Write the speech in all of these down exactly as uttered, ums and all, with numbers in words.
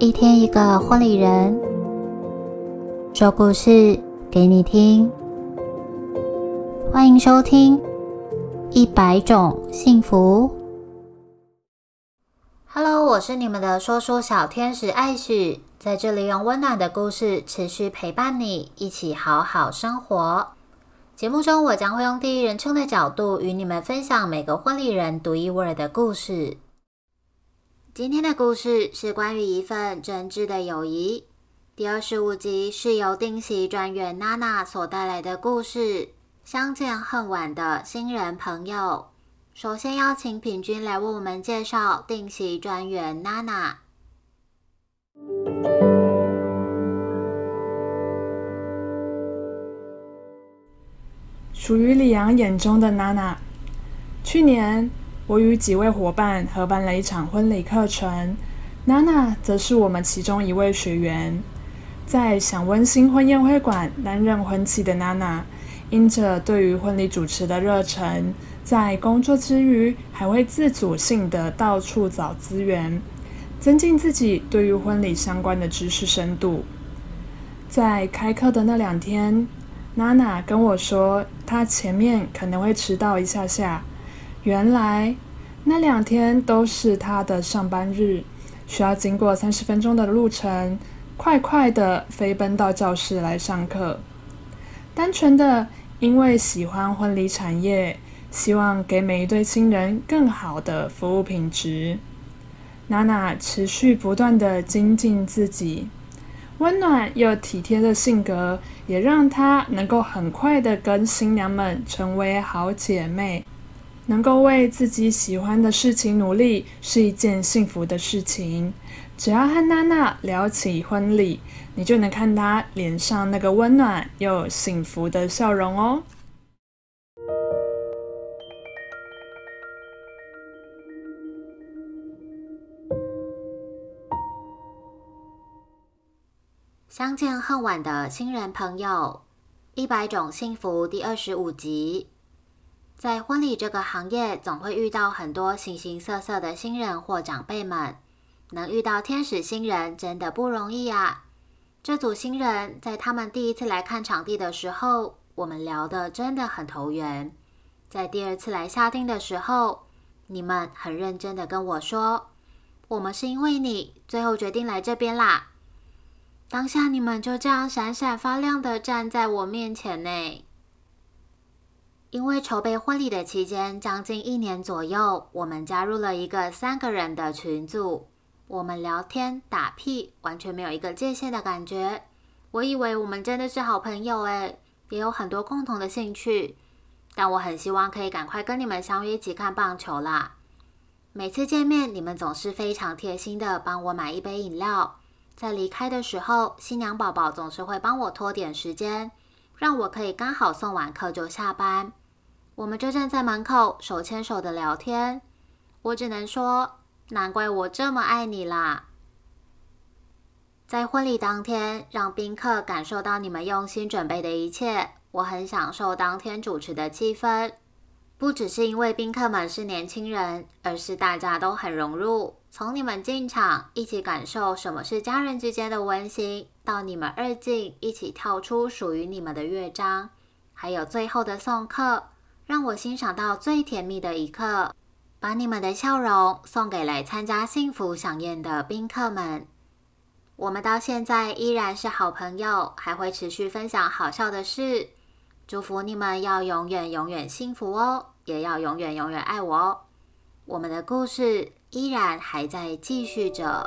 一天一个婚礼人，说故事给你听。欢迎收听一百种幸福。Hello， 我是你们的说书小天使艾许，在这里用温暖的故事持续陪伴你，一起好好生活。节目中我将会用第一人称的角度与你们分享每个婚礼人独一无二的故事。今天的故事是关于一份真挚的友谊。第二十五集是由定席专员娜娜所带来的故事，相见恨晚的新人朋友。首先邀请品君来为我们介绍定席专员娜娜。 属于李阳眼中的娜娜。去年我与几位伙伴合办了一场婚礼课程，娜娜则是我们其中一位学员。在享温馨婚宴会馆担任婚期的娜娜，因着对于婚礼主持的热忱，在工作之余还会自主性的到处找资源，增进自己对于婚礼相关的知识深度。在开课的那两天，娜娜跟我说她前面可能会迟到一下下，原来那两天都是她的上班日，需要经过三十分钟的路程，快快的飞奔到教室来上课。单纯的因为喜欢婚礼产业，希望给每一对新人更好的服务品质。娜娜持续不断的精进自己，温暖又体贴的性格也让她能够很快的跟新娘们成为好姐妹。能够为自己喜欢的事情努力是一件幸福的事情。只要和娜娜聊起婚礼，你就能看她脸上那个温暖又幸福的笑容哦。 相见恨晚的新人朋友，一百种幸福第二十五集。在婚礼这个行业，总会遇到很多形形色色的新人或长辈们，能遇到天使新人真的不容易啊。这组新人在他们第一次来看场地的时候，我们聊得真的很投缘。在第二次来下定的时候，你们很认真的跟我说，我们是因为你最后决定来这边啦。当下你们就这样闪闪发亮的站在我面前呢。因为筹备婚礼的期间将近一年左右，我们加入了一个三个人的群组，我们聊天打屁，完全没有一个界限的感觉。我以为我们真的是好朋友诶，也有很多共同的兴趣，但我很希望可以赶快跟你们相约一起看棒球啦。每次见面，你们总是非常贴心的帮我买一杯饮料，在离开的时候，新娘宝宝总是会帮我拖点时间，让我可以刚好送完课就下班。我们就站在门口手牵手的聊天，我只能说，难怪我这么爱你啦。在婚礼当天，让宾客感受到你们用心准备的一切，我很享受当天主持的气氛。不只是因为宾客们是年轻人，而是大家都很融入，从你们进场一起感受什么是家人之间的温馨，到你们二进一起跳出属于你们的乐章，还有最后的送客，让我欣赏到最甜蜜的一刻，把你们的笑容送给来参加幸福飨宴的宾客们。我们到现在依然是好朋友，还会持续分享好笑的事。祝福你们要永远永远幸福哦，也要永远永远爱我哦。我们的故事依然还在继续着。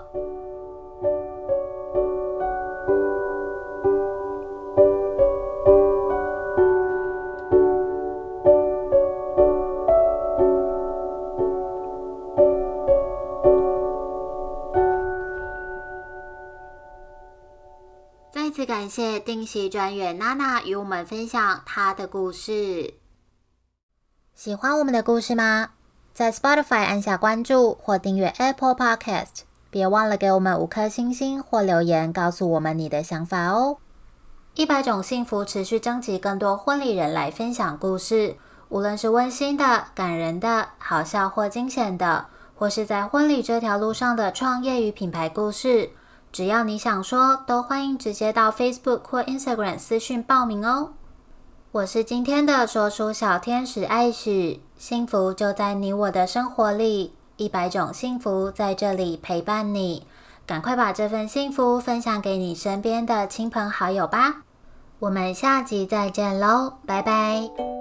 再次感谢定席专员娜娜与我们分享她的故事。喜欢我们的故事吗？在 Spotify 按下关注或订阅 Apple Podcast， 别忘了给我们五颗星星或留言告诉我们你的想法哦。一百种幸福持续征集更多婚礼人来分享故事，无论是温馨的、感人的、好笑或惊险的，或是在婚礼这条路上的创业与品牌故事， 只要你想说，都欢迎直接到 Facebook 或 Instagram 私讯报名哦。我是今天的说书小天使艾许，幸福就在你我的生活里，一百种幸福在这里陪伴你。赶快把这份幸福分享给你身边的亲朋好友吧。我们下集再见喽，拜拜。